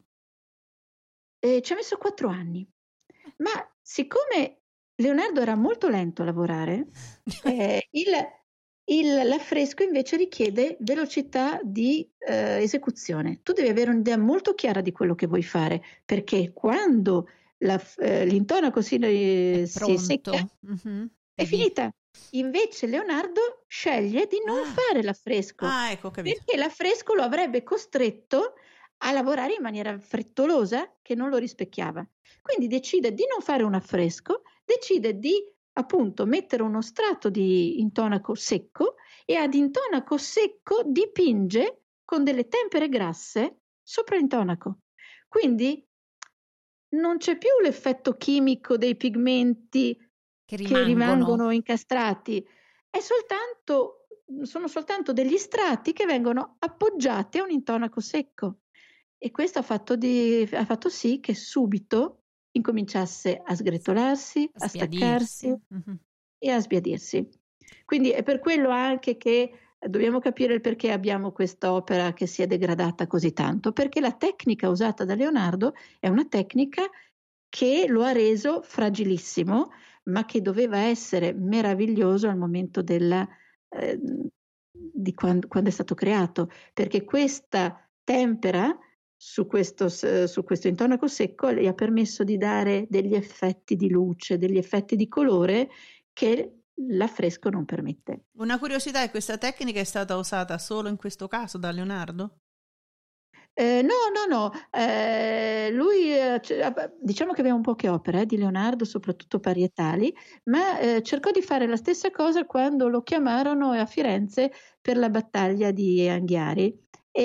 Eh, ci ha messo quattro anni, ma siccome Leonardo era molto lento a lavorare, eh, il, il, l'affresco invece richiede velocità di eh, esecuzione. Tu devi avere un'idea molto chiara di quello che vuoi fare, perché quando la, eh, l'intonaco si, eh, si secca, mm-hmm. è finita. Invece Leonardo sceglie di non ah. fare l'affresco, ah, ecco, perché l'affresco lo avrebbe costretto a lavorare in maniera frettolosa che non lo rispecchiava. Quindi decide di non fare un affresco, decide di appunto mettere uno strato di intonaco secco e ad intonaco secco dipinge con delle tempere grasse sopra l'intonaco. Quindi non c'è più l'effetto chimico dei pigmenti che rimangono, che rimangono incastrati, è soltanto, sono soltanto degli strati che vengono appoggiati a un intonaco secco. E questo ha fatto, di, ha fatto sì che subito incominciasse a sgretolarsi, a, a staccarsi mm-hmm. e a sbiadirsi. Quindi è per quello anche che dobbiamo capire il perché abbiamo quest'opera che si è degradata così tanto, perché la tecnica usata da Leonardo è una tecnica che lo ha reso fragilissimo, ma che doveva essere meraviglioso al momento della, eh, di quando, quando è stato creato, perché questa tempera su questo, su questo intonaco secco gli ha permesso di dare degli effetti di luce, degli effetti di colore che l'affresco non permette. Una curiosità è: questa tecnica è stata usata solo in questo caso da Leonardo? Eh, no, no, no, eh, lui eh, diciamo che abbiamo poche opere eh, di Leonardo, soprattutto parietali, ma eh, cercò di fare la stessa cosa quando lo chiamarono a Firenze per la battaglia di Anghiari.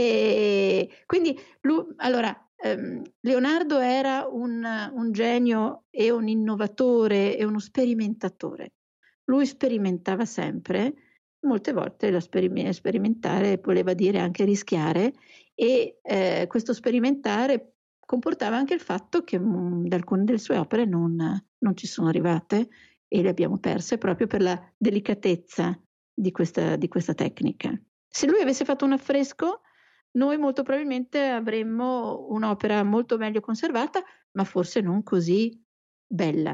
E quindi lui, allora, ehm, Leonardo era un, un genio e un innovatore e uno sperimentatore. Lui sperimentava sempre, molte volte lo sperim- sperimentare voleva dire anche rischiare, e eh, questo sperimentare comportava anche il fatto che mh, alcune delle sue opere non, non ci sono arrivate e le abbiamo perse proprio per la delicatezza di questa, di questa tecnica. Se lui avesse fatto un affresco, noi molto probabilmente avremmo un'opera molto meglio conservata, ma forse non così bella.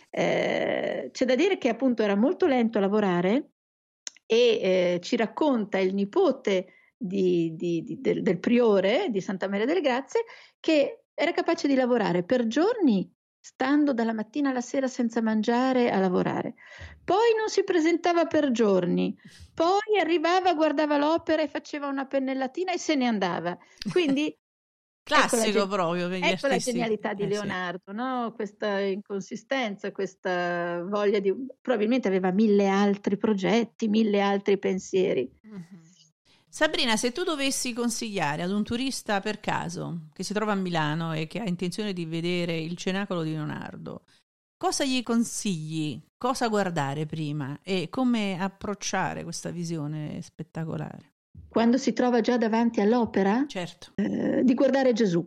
Eh, c'è da dire che appunto era molto lento a lavorare e eh, ci racconta il nipote di, di, di, del, del priore di Santa Maria delle Grazie che era capace di lavorare per giorni stando dalla mattina alla sera senza mangiare a lavorare. Poi non si presentava per giorni, poi arrivava, guardava l'opera e faceva una pennellatina e se ne andava. Quindi classico ecco la, proprio per gli ecco la artisti. genialità di eh, Leonardo, sì. No? Questa inconsistenza, questa voglia di... probabilmente aveva mille altri progetti, mille altri pensieri. Mm-hmm. Sabrina, se tu dovessi consigliare ad un turista per caso che si trova a Milano e che ha intenzione di vedere il Cenacolo di Leonardo, cosa gli consigli? Cosa guardare prima e come approcciare questa visione spettacolare? Quando si trova già davanti all'opera, certo. eh, di guardare Gesù.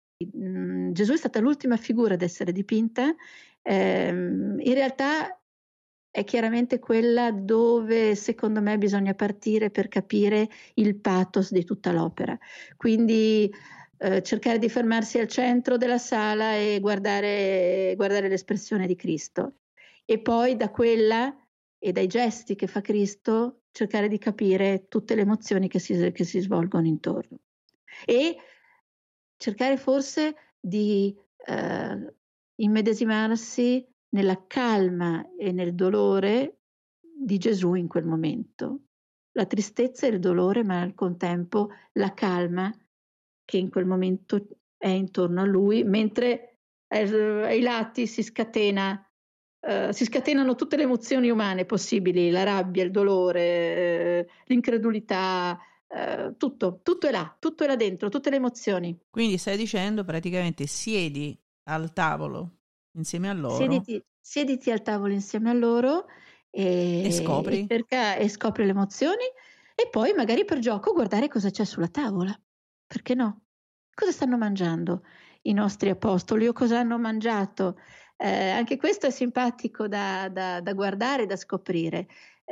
Mm, Gesù è stata l'ultima figura ad essere dipinta. Eh, in realtà è chiaramente quella dove secondo me bisogna partire per capire il pathos di tutta l'opera. Quindi eh, cercare di fermarsi al centro della sala e guardare, guardare l'espressione di Cristo. E poi da quella e dai gesti che fa Cristo cercare di capire tutte le emozioni che si, che si svolgono intorno. E cercare forse di eh, immedesimarsi nella calma e nel dolore di Gesù in quel momento. La tristezza e il dolore, ma al contempo la calma che in quel momento è intorno a lui, mentre ai lati si scatena, uh, si scatenano tutte le emozioni umane possibili, la rabbia, il dolore, eh, l'incredulità, eh, tutto, tutto è là, tutto è là dentro, tutte le emozioni. Quindi stai dicendo praticamente siedi al tavolo insieme a loro. Siediti, siediti al tavolo insieme a loro e, e scopri e, cerca, e scopri le emozioni e poi magari per gioco guardare cosa c'è sulla tavola. Perché no? Cosa stanno mangiando i nostri apostoli o cosa hanno mangiato? Eh, anche questo è simpatico da, da, da guardare e da scoprire.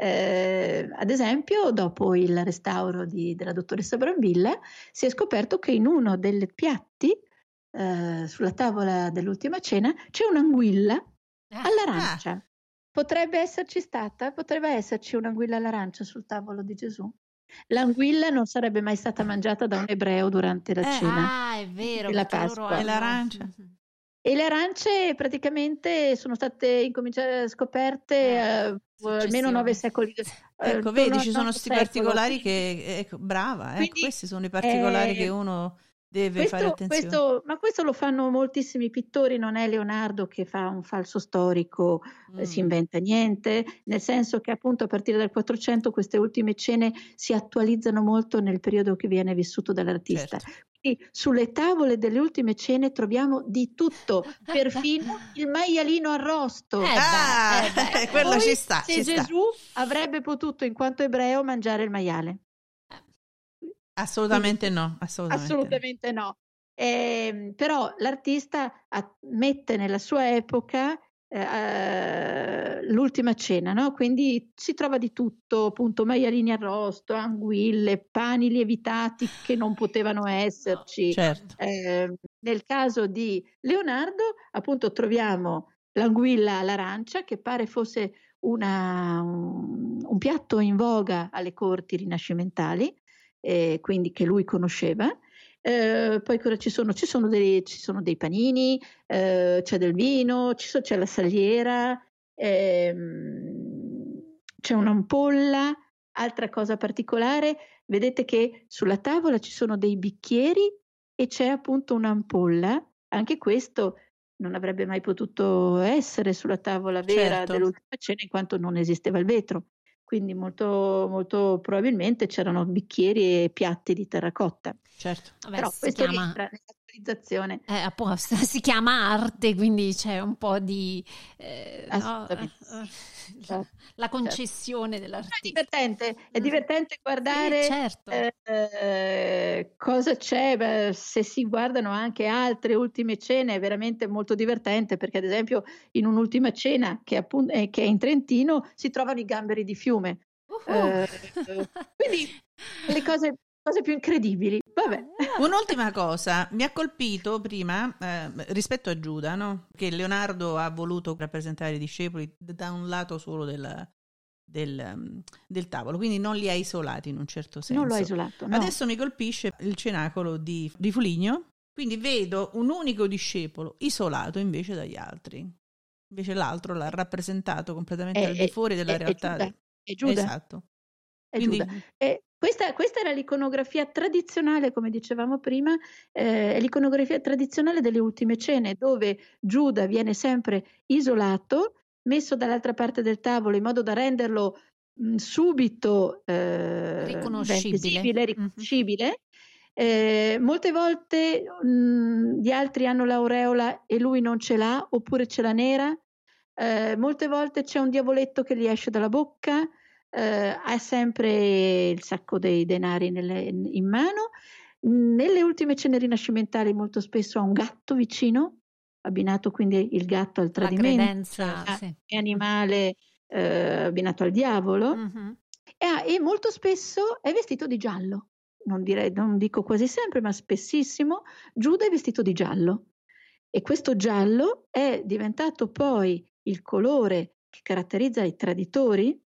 Eh, ad esempio, dopo il restauro di, della dottoressa Brambilla, si è scoperto che in uno dei piatti Uh, sulla tavola dell'ultima cena c'è un'anguilla ah, all'arancia. Ah. Potrebbe esserci stata, potrebbe esserci un'anguilla all'arancia sul tavolo di Gesù. L'anguilla non sarebbe mai stata mangiata da un ebreo durante la eh, cena. Ah, è vero, la Pasqua. E l'arancia. E le arance praticamente sono state incominciate scoperte eh, uh, almeno nove secoli. Ecco, uh, vedi, ci sono questi particolari che, ecco, brava, ecco, Quindi, questi sono i particolari eh, che uno deve questo, fare attenzione. Questo, ma questo lo fanno moltissimi pittori, non è Leonardo che fa un falso storico, mm. eh, si inventa niente, nel senso che appunto a partire dal quattrocento queste ultime cene si attualizzano molto nel periodo che viene vissuto dall'artista. Certo. Quindi sulle tavole delle ultime cene troviamo di tutto, perfino il maialino arrosto. Eh ah, beh, eh beh. Quello Poi, ci sta. Se ci Gesù sta. avrebbe potuto, in quanto ebreo, mangiare il maiale. Assolutamente no, assolutamente, assolutamente no. no. Eh, però l'artista mette nella sua epoca eh, l'ultima cena, no? Quindi si trova di tutto, appunto maialini arrosto, anguille, pani lievitati che non potevano esserci. Certo. Eh, nel caso di Leonardo, appunto, troviamo l'anguilla all'arancia che pare fosse una, un, un piatto in voga alle corti rinascimentali. Eh, quindi che lui conosceva. Eh, poi cosa ci sono? Ci sono dei, ci sono dei panini, eh, c'è del vino, ci so, c'è la saliera, ehm, c'è un'ampolla. Altra cosa particolare, vedete che sulla tavola ci sono dei bicchieri e c'è appunto un'ampolla. Anche questo non avrebbe mai potuto essere sulla tavola vera certo. dell'ultima cena in quanto non esisteva il vetro. Quindi molto, molto probabilmente c'erano bicchieri e piatti di terracotta. Certo. Vabbè, Però questo chiama... rientra nella realizzazione. Eh, apposta, si chiama arte, quindi c'è un po' di eh, no? la, la concessione certo. dell'artista. È divertente, è divertente guardare sì, certo. eh, eh, cosa c'è, beh, se si guardano anche altre ultime cene è veramente molto divertente, perché ad esempio in un'ultima cena che, appunto, eh, che è in Trentino si trovano i gamberi di fiume. Uh-huh. Eh, quindi le cose, cose più incredibili. Vabbè. Un'ultima cosa, mi ha colpito prima eh, rispetto a Giuda, no? Che Leonardo ha voluto rappresentare i discepoli da un lato solo del, del, del tavolo, quindi non li ha isolati in un certo senso. Non l'ho isolato, no. Adesso mi colpisce il cenacolo di, di Foligno, quindi vedo un unico discepolo isolato invece dagli altri. Invece l'altro l'ha rappresentato completamente è, al di fuori della è, realtà. È Giuda. È Giuda. Esatto. È Quindi... Giuda. E questa, questa era l'iconografia tradizionale, come dicevamo prima, eh, è l'iconografia tradizionale delle ultime cene, dove Giuda viene sempre isolato, messo dall'altra parte del tavolo in modo da renderlo mh, subito eh, riconoscibile. visibile, riconoscibile. Mm-hmm. Eh, molte volte mh, gli altri hanno l'aureola e lui non ce l'ha, oppure ce l'ha nera. Eh, molte volte c'è un diavoletto che gli esce dalla bocca. Uh, ha sempre il sacco dei denari nelle, in mano. Nelle ultime cene rinascimentali molto spesso ha un gatto vicino, abbinato quindi il gatto al tradimento, la credenza, cioè, sì. è animale uh, abbinato al diavolo. Mm-hmm. e, ha, e molto spesso è vestito di giallo, non, direi, non dico quasi sempre, ma spessissimo Giuda è vestito di giallo, e questo giallo è diventato poi il colore che caratterizza i traditori.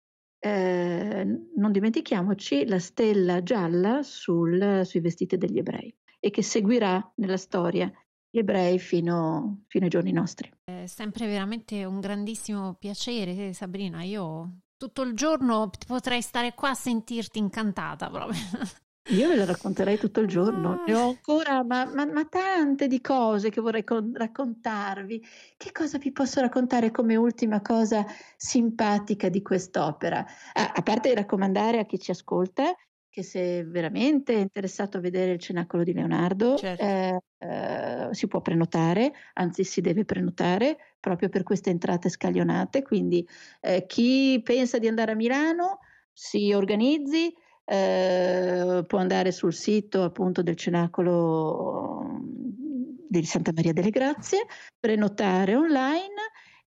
Eh, non dimentichiamoci la stella gialla sul, sui vestiti degli ebrei, e che seguirà nella storia gli ebrei fino, fino ai giorni nostri. È sempre veramente un grandissimo piacere, Sabrina. Io tutto il giorno potrei stare qua a sentirti incantata proprio. Io ve lo racconterei tutto il giorno, ne ho ancora ma, ma, ma tante di cose che vorrei con, raccontarvi. Che cosa vi posso raccontare come ultima cosa simpatica di quest'opera? Ah, a parte raccomandare a chi ci ascolta che se veramente è interessato a vedere il Cenacolo di Leonardo, certo. eh, eh, si può prenotare, anzi si deve prenotare proprio per queste entrate scaglionate, quindi eh, chi pensa di andare a Milano si organizzi. Eh, può andare sul sito appunto del Cenacolo di Santa Maria delle Grazie, prenotare online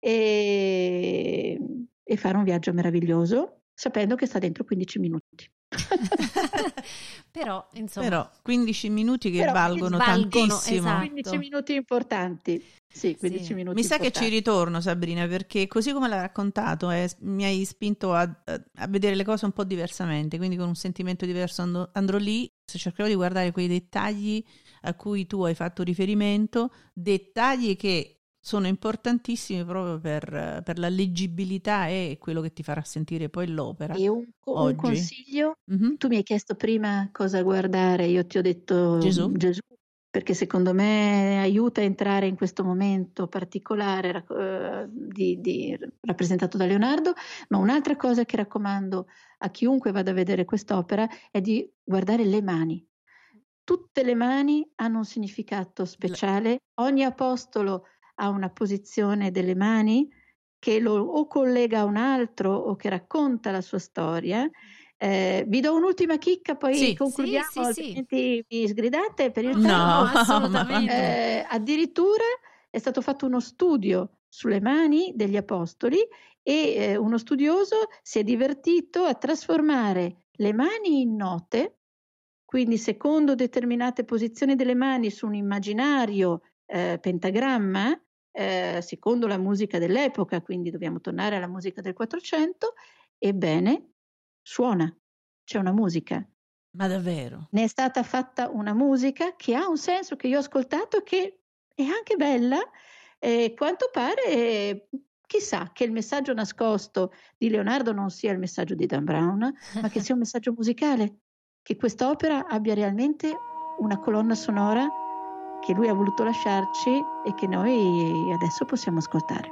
e, e fare un viaggio meraviglioso sapendo che sta dentro quindici minuti. Però insomma Però quindici minuti che Però valgono, valgono tantissimo, esatto. quindici minuti importanti. Sì, quindici sì. minuti Mi sa importanti. che ci ritorno, Sabrina, perché così come l'hai raccontato eh, mi hai spinto a, a vedere le cose un po' diversamente, quindi con un sentimento diverso andrò, andrò lì, se cercherò di guardare quei dettagli a cui tu hai fatto riferimento, dettagli che sono importantissimi proprio per, per la leggibilità e quello che ti farà sentire poi l'opera. E un, un consiglio, mm-hmm. Tu mi hai chiesto prima cosa guardare, io ti ho detto Gesù, Gesù, perché secondo me aiuta a entrare in questo momento particolare uh, di, di, rappresentato da Leonardo, ma un'altra cosa che raccomando a chiunque vada a vedere quest'opera è di guardare le mani. Tutte le mani hanno un significato speciale, ogni apostolo ha una posizione delle mani che lo o collega a un altro o che racconta la sua storia. Eh, vi do un'ultima chicca, poi sì, concludiamo, sì, sì, altrimenti sì. Vi sgridate per il no, tempo. No, assolutamente. Eh, addirittura è stato fatto uno studio sulle mani degli apostoli e eh, uno studioso si è divertito a trasformare le mani in note, quindi secondo determinate posizioni delle mani su un immaginario eh, pentagramma, eh, secondo la musica dell'epoca, quindi dobbiamo tornare alla musica del Quattrocento, ebbene suona, c'è una musica. Ma davvero? Ne è stata fatta una musica che ha un senso, che io ho ascoltato, che è anche bella, e quanto pare, eh, chissà, che il messaggio nascosto di Leonardo non sia il messaggio di Dan Brown, ma che sia un messaggio musicale, che quest'opera abbia realmente una colonna sonora che lui ha voluto lasciarci e che noi adesso possiamo ascoltare.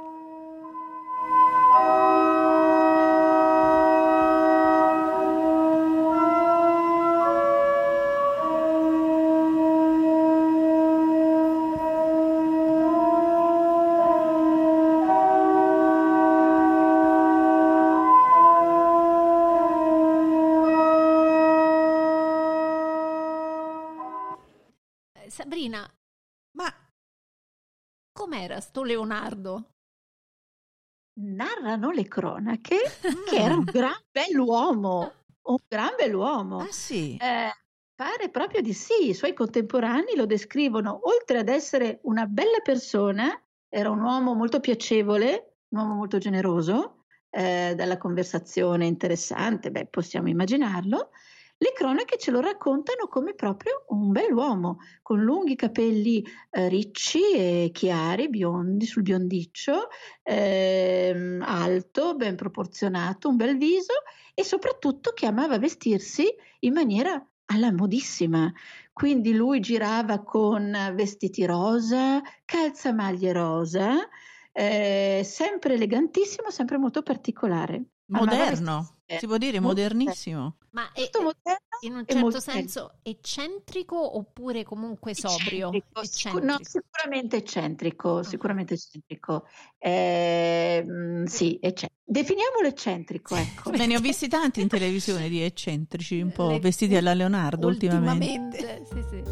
Sabrina, ma com'era sto Leonardo? Narrano le cronache mm. che era un gran bell'uomo, un gran bell'uomo. Ah sì? Eh, pare proprio di sì, i suoi contemporanei lo descrivono, oltre ad essere una bella persona, era un uomo molto piacevole, un uomo molto generoso, eh, dalla conversazione interessante, beh, possiamo immaginarlo. Le cronache ce lo raccontano come proprio un bell'uomo, con lunghi capelli eh, ricci e chiari, biondi sul biondiccio, ehm, alto, ben proporzionato, un bel viso e soprattutto che amava vestirsi in maniera alla modissima. Quindi lui girava con vestiti rosa, calzamaglie rosa, eh, sempre elegantissimo, sempre molto particolare. Moderno, si può dire modernissimo. Ma è, molto moderno in un e certo molto senso eccentrico oppure comunque sobrio? Eccentrico, Eccentrico. Sicu- no, sicuramente eccentrico, sicuramente eccentrico. Eh, mh, sì, ecce- definiamolo eccentrico, ecco. Beh, ne ho visti tanti in televisione di eccentrici, un po' Le- vestiti alla Leonardo ultimamente. Ultimamente, sì, sì.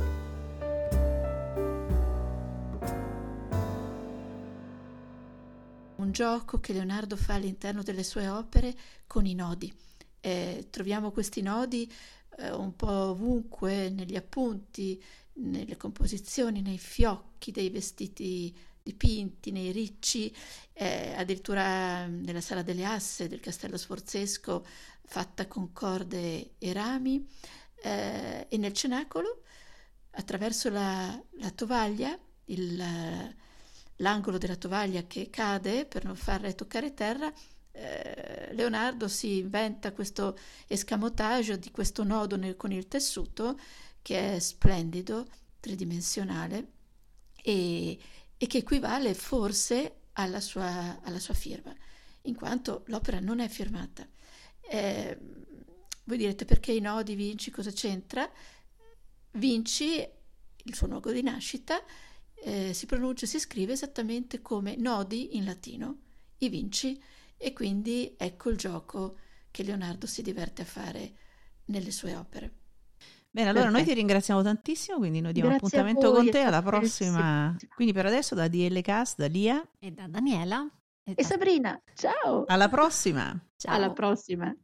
Un gioco che Leonardo fa all'interno delle sue opere con i nodi. Eh, troviamo questi nodi eh, un po' ovunque, negli appunti, nelle composizioni, nei fiocchi dei vestiti dipinti, nei ricci, eh, addirittura nella Sala delle Asse del Castello Sforzesco, fatta con corde e rami, eh, e nel cenacolo, attraverso la, la tovaglia, il, l'angolo della tovaglia che cade per non farle toccare terra, eh, Leonardo si inventa questo escamotage di questo nodo nel, con il tessuto che è splendido, tridimensionale e, e che equivale forse alla sua, alla sua firma, in quanto l'opera non è firmata. Eh, voi direte perché i nodi Vinci cosa c'entra? Vinci, il suo luogo di nascita, eh, si pronuncia, si scrive esattamente come nodi in latino, i Vinci, e quindi ecco il gioco che Leonardo si diverte a fare nelle sue opere. Bene, allora Perfetto. Noi ti ringraziamo tantissimo, quindi noi diamo Grazie appuntamento voi, con te alla prossima. bellissimo. Quindi per adesso da D L Cast, da Lia e da Daniela e, e Sabrina. Ciao. Alla prossima. Ciao. Alla prossima.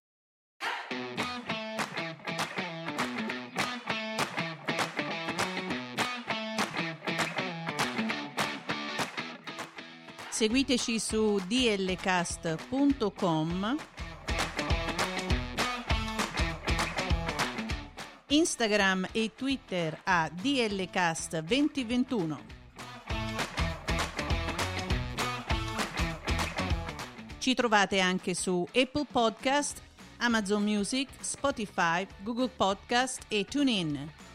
Seguiteci su d l cast punto com, Instagram e Twitter a D L Cast duemilaventuno. Ci trovate anche su Apple Podcast, Amazon Music, Spotify, Google Podcast e TuneIn.